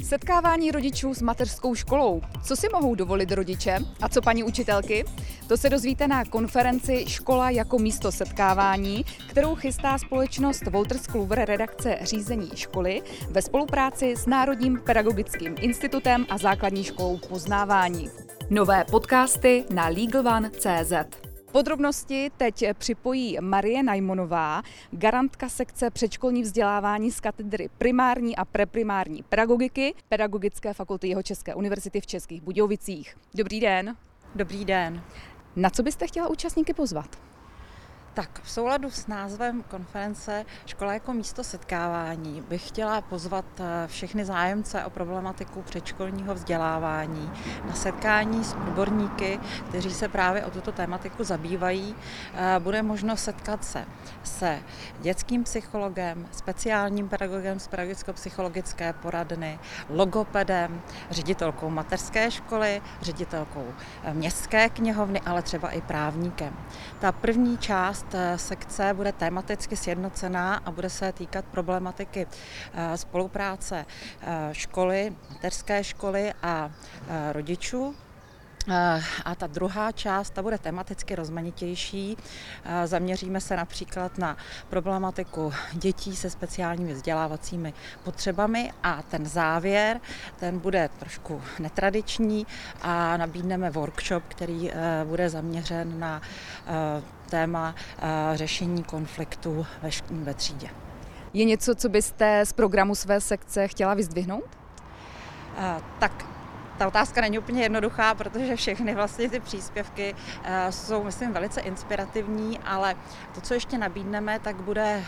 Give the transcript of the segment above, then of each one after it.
Setkávání rodičů s mateřskou školou. Co si mohou dovolit rodiče a co paní učitelky? To se dozvíte na konferenci Škola jako místo setkávání, kterou chystá společnost Wolters Kluwer redakce Řízení školy ve spolupráci s Národním pedagogickým institutem a základní školou Poznávání. Nové podcasty na LegalOne.cz. Podrobnosti teď připojí Marie Najmonová, garantka sekce předškolní vzdělávání z katedry primární a preprimární pedagogiky Pedagogické fakulty Jihočeské univerzity v Českých Budějovicích. Dobrý den. Dobrý den. Na co byste chtěla účastníky pozvat? Tak v souladu s názvem konference Škola jako místo setkávání bych chtěla pozvat všechny zájemce o problematiku předškolního vzdělávání na setkání s odborníky, kteří se právě o tuto tématiku zabývají. Bude možno setkat se dětským psychologem, speciálním pedagogem z pedagogicko-psychologické poradny, logopedem, ředitelkou mateřské školy, ředitelkou městské knihovny, ale třeba i právníkem. Ta první část sekce bude tematicky sjednocená a bude se týkat problematiky spolupráce školy, mateřské školy a rodičů. A ta druhá část, ta bude tematicky rozmanitější. Zaměříme se například na problematiku dětí se speciálními vzdělávacími potřebami a ten závěr, ten bude trošku netradiční a nabídneme workshop, který bude zaměřen na téma řešení konfliktů ve třídě. Je něco, co byste z programu své sekce chtěla vyzdvihnout? Tak ta otázka není úplně jednoduchá, protože všechny vlastně ty příspěvky jsou, myslím, velice inspirativní, ale to, co ještě nabídneme, tak bude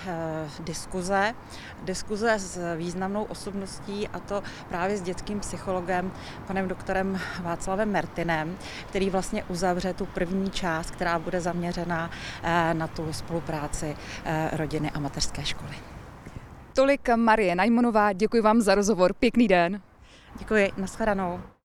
diskuze s významnou osobností, a to právě s dětským psychologem, panem doktorem Václavem Mertinem, který vlastně uzavře tu první část, která bude zaměřená na tu spolupráci rodiny a mateřské školy. Tolik Marie Najmonová, děkuji vám za rozhovor, pěkný den. Děkuji, nashledanou.